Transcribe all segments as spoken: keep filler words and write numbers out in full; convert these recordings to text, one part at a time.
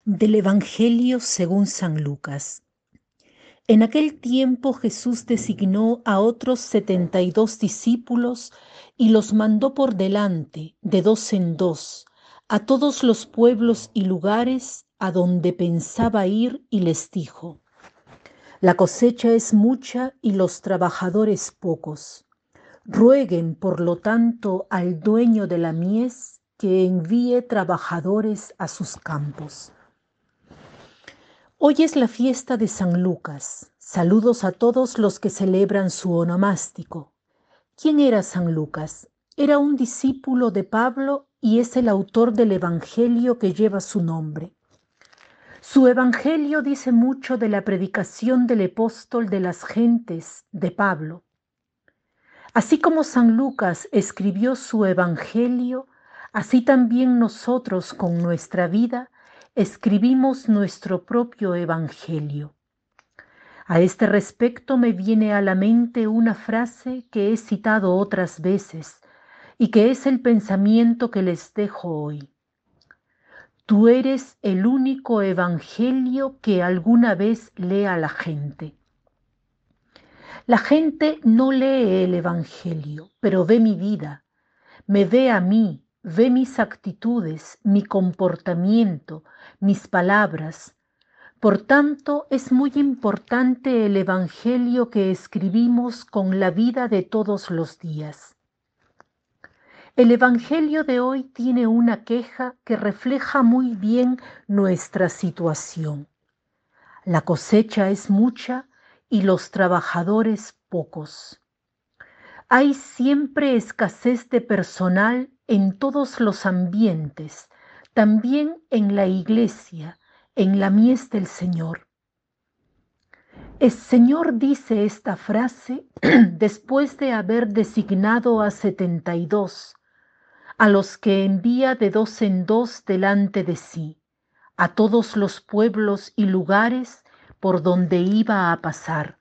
Del Evangelio según San Lucas. En aquel tiempo Jesús designó a otros setenta y dos discípulos y los mandó por delante, de dos en dos, a todos los pueblos y lugares a donde pensaba ir, y les dijo: La cosecha es mucha y los trabajadores pocos. Rueguen, por lo tanto, al dueño de la mies que envíe trabajadores a sus campos. Hoy es la fiesta de San Lucas. Saludos a todos los que celebran su onomástico. ¿Quién era San Lucas? Era un discípulo de Pablo y es el autor del Evangelio que lleva su nombre. Su Evangelio dice mucho de la predicación del apóstol de las gentes, de Pablo. Así como San Lucas escribió su Evangelio, así también nosotros con nuestra vida escribimos nuestro propio Evangelio. A este respecto me viene a la mente una frase que he citado otras veces y que es el pensamiento que les dejo hoy. Tú eres el único Evangelio que alguna vez lea la gente. La gente no lee el Evangelio, pero ve mi vida, me ve a mí, ve mis actitudes, mi comportamiento, mis palabras. Por tanto, es muy importante el Evangelio que escribimos con la vida de todos los días. El Evangelio de hoy tiene una queja que refleja muy bien nuestra situación. La cosecha es mucha y los trabajadores pocos. Hay siempre escasez de personal en todos los ambientes, también en la iglesia, en la mies del Señor. El Señor dice esta frase después de haber designado a setenta y dos, a los que envía de dos en dos delante de sí, a todos los pueblos y lugares por donde iba a pasar.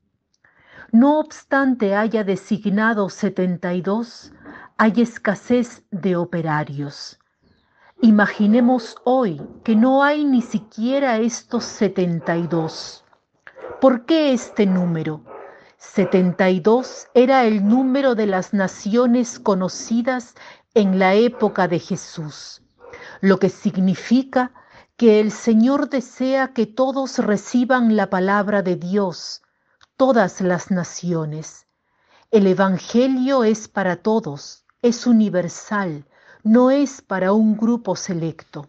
No obstante haya designado setenta y dos, hay escasez de operarios. Imaginemos hoy que no hay ni siquiera estos setenta y dos. ¿Por qué este número? setenta y dos era el número de las naciones conocidas en la época de Jesús, lo que significa que el Señor desea que todos reciban la palabra de Dios, todas las naciones. El Evangelio es para todos, es universal, no es para un grupo selecto.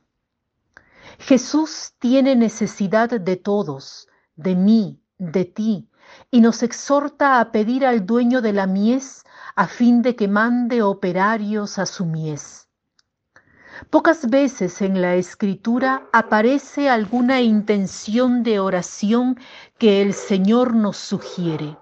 Jesús tiene necesidad de todos, de mí, de ti, y nos exhorta a pedir al dueño de la mies a fin de que mande operarios a su mies. Pocas veces en la Escritura aparece alguna intención de oración que el Señor nos sugiere.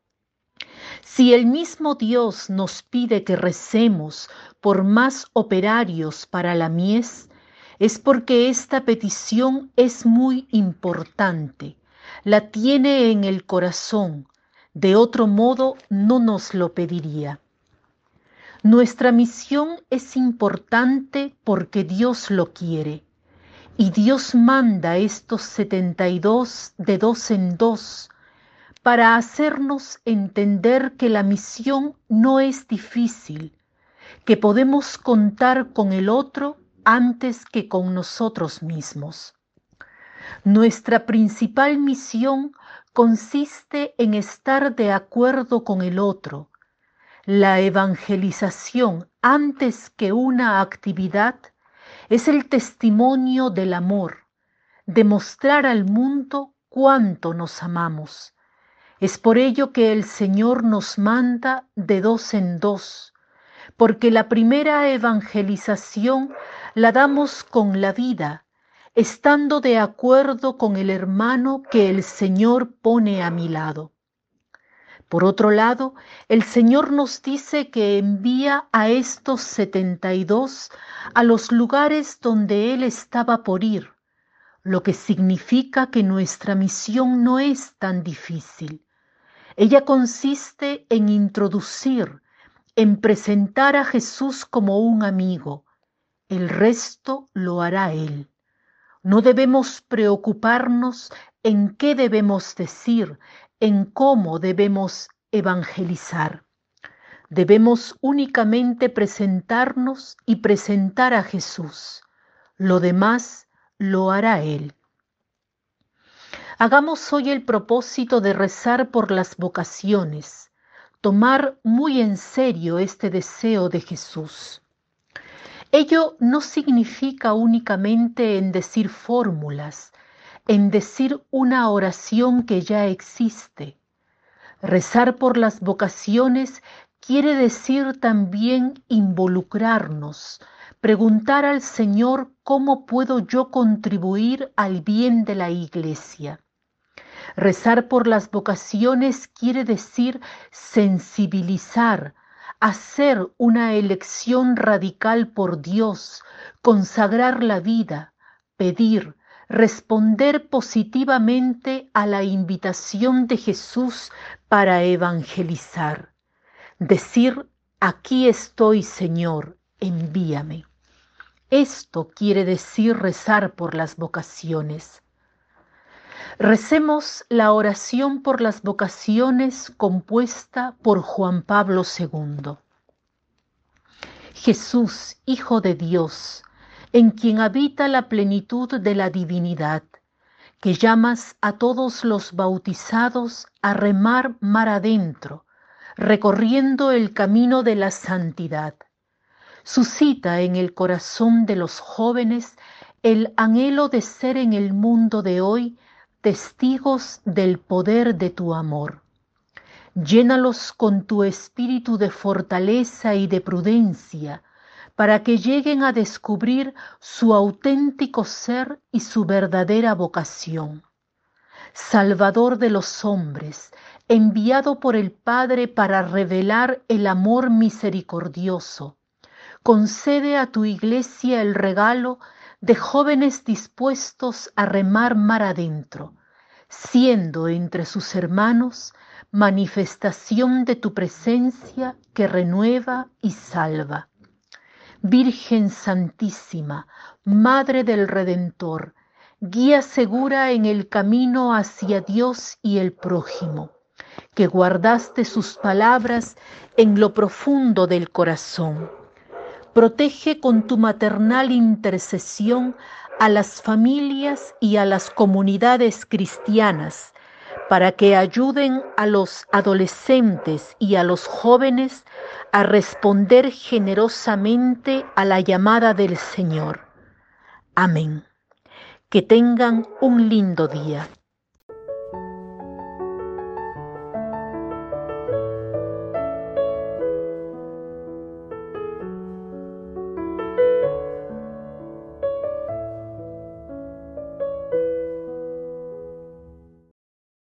Si el mismo Dios nos pide que recemos por más operarios para la mies, es porque esta petición es muy importante, la tiene en el corazón, de otro modo no nos lo pediría. Nuestra misión es importante porque Dios lo quiere, y Dios manda estos setenta y dos de dos en dos, para hacernos entender que la misión no es difícil, que podemos contar con el otro antes que con nosotros mismos. Nuestra principal misión consiste en estar de acuerdo con el otro. La evangelización, antes que una actividad, es el testimonio del amor, demostrar al mundo cuánto nos amamos. Es por ello que el Señor nos manda de dos en dos, porque la primera evangelización la damos con la vida, estando de acuerdo con el hermano que el Señor pone a mi lado. Por otro lado, el Señor nos dice que envía a estos setenta y dos a los lugares donde Él estaba por ir, lo que significa que nuestra misión no es tan difícil. Ella consiste en introducir, en presentar a Jesús como un amigo. El resto lo hará Él. No debemos preocuparnos en qué debemos decir, en cómo debemos evangelizar. Debemos únicamente presentarnos y presentar a Jesús. Lo demás lo hará Él. Hagamos hoy el propósito de rezar por las vocaciones, tomar muy en serio este deseo de Jesús. Ello no significa únicamente en decir fórmulas, en decir una oración que ya existe. Rezar por las vocaciones quiere decir también involucrarnos, preguntar al Señor cómo puedo yo contribuir al bien de la Iglesia. Rezar por las vocaciones quiere decir sensibilizar, hacer una elección radical por Dios, consagrar la vida, pedir, responder positivamente a la invitación de Jesús para evangelizar. Decir, aquí estoy, Señor, envíame. Esto quiere decir rezar por las vocaciones. Recemos la oración por las vocaciones compuesta por Juan Pablo segundo. Jesús, Hijo de Dios, en quien habita la plenitud de la divinidad, que llamas a todos los bautizados a remar mar adentro, recorriendo el camino de la santidad. Suscita en el corazón de los jóvenes el anhelo de ser en el mundo de hoy testigos del poder de tu amor. Llénalos con tu espíritu de fortaleza y de prudencia, para que lleguen a descubrir su auténtico ser y su verdadera vocación. Salvador de los hombres, enviado por el Padre para revelar el amor misericordioso, concede a tu Iglesia el regalo de jóvenes dispuestos a remar mar adentro, siendo entre sus hermanos manifestación de tu presencia que renueva y salva. Virgen Santísima, Madre del Redentor, guía segura en el camino hacia Dios y el prójimo, que guardaste sus palabras en lo profundo del corazón. Protege con tu maternal intercesión a las familias y a las comunidades cristianas, para que ayuden a los adolescentes y a los jóvenes a responder generosamente a la llamada del Señor. Amén. Que tengan un lindo día.